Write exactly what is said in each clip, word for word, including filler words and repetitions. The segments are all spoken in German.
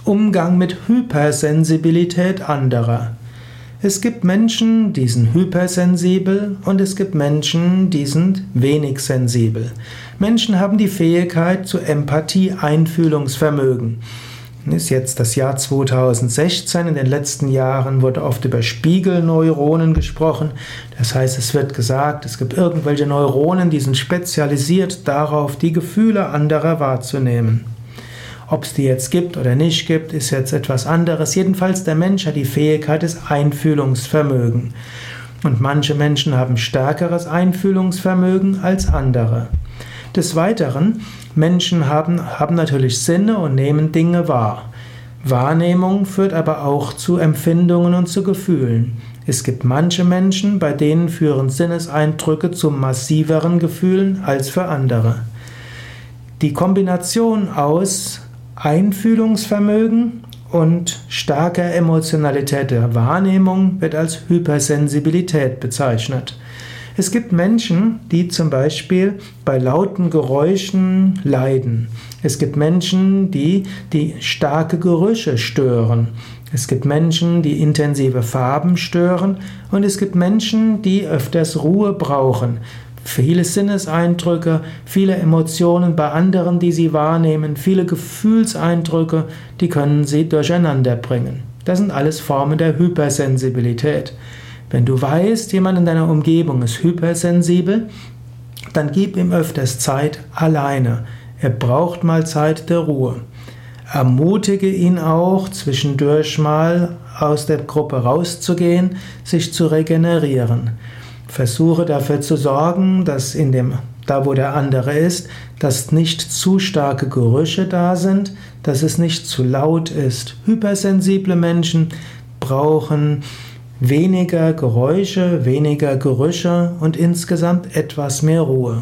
Umgang mit Hypersensibilität anderer. Es gibt Menschen, die sind hypersensibel und es gibt Menschen, die sind wenig sensibel. Menschen haben die Fähigkeit zu Empathie, Einfühlungsvermögen. Ist jetzt das Jahr zweitausendsechzehn. In den letzten Jahren wurde oft über Spiegelneuronen gesprochen. Das heißt, es wird gesagt, es gibt irgendwelche Neuronen, die sind spezialisiert darauf, die Gefühle anderer wahrzunehmen. Ob es die jetzt gibt oder nicht gibt, ist jetzt etwas anderes. Jedenfalls, der Mensch hat die Fähigkeit des Einfühlungsvermögens. Und manche Menschen haben stärkeres Einfühlungsvermögen als andere. Des Weiteren, Menschen haben, haben natürlich Sinne und nehmen Dinge wahr. Wahrnehmung führt aber auch zu Empfindungen und zu Gefühlen. Es gibt manche Menschen, bei denen führen Sinneseindrücke zu massiveren Gefühlen als für andere. Die Kombination aus Einfühlungsvermögen und starker Emotionalität der Wahrnehmung wird als Hypersensibilität bezeichnet. Es gibt Menschen, die zum Beispiel bei lauten Geräuschen leiden. Es gibt Menschen, die die starke Gerüche stören. Es gibt Menschen, die intensive Farben stören. Und es gibt Menschen, die öfters Ruhe brauchen. Viele Sinneseindrücke, viele Emotionen bei anderen, die sie wahrnehmen, viele Gefühlseindrücke, die können sie durcheinander bringen. Das sind alles Formen der Hypersensibilität. Wenn du weißt, jemand in deiner Umgebung ist hypersensibel, dann gib ihm öfters Zeit alleine. Er braucht mal Zeit der Ruhe. Ermutige ihn auch, zwischendurch mal aus der Gruppe rauszugehen, sich zu regenerieren. Versuche dafür zu sorgen, dass in dem, da wo der andere ist, dass nicht zu starke Gerüche da sind, dass es nicht zu laut ist. Hypersensible Menschen brauchen weniger Geräusche, weniger Gerüche und insgesamt etwas mehr Ruhe.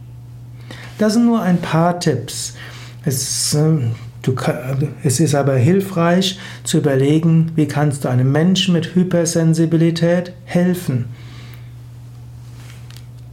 Das sind nur ein paar Tipps. Es, du, es ist aber hilfreich zu überlegen, wie kannst du einem Menschen mit Hypersensibilität helfen.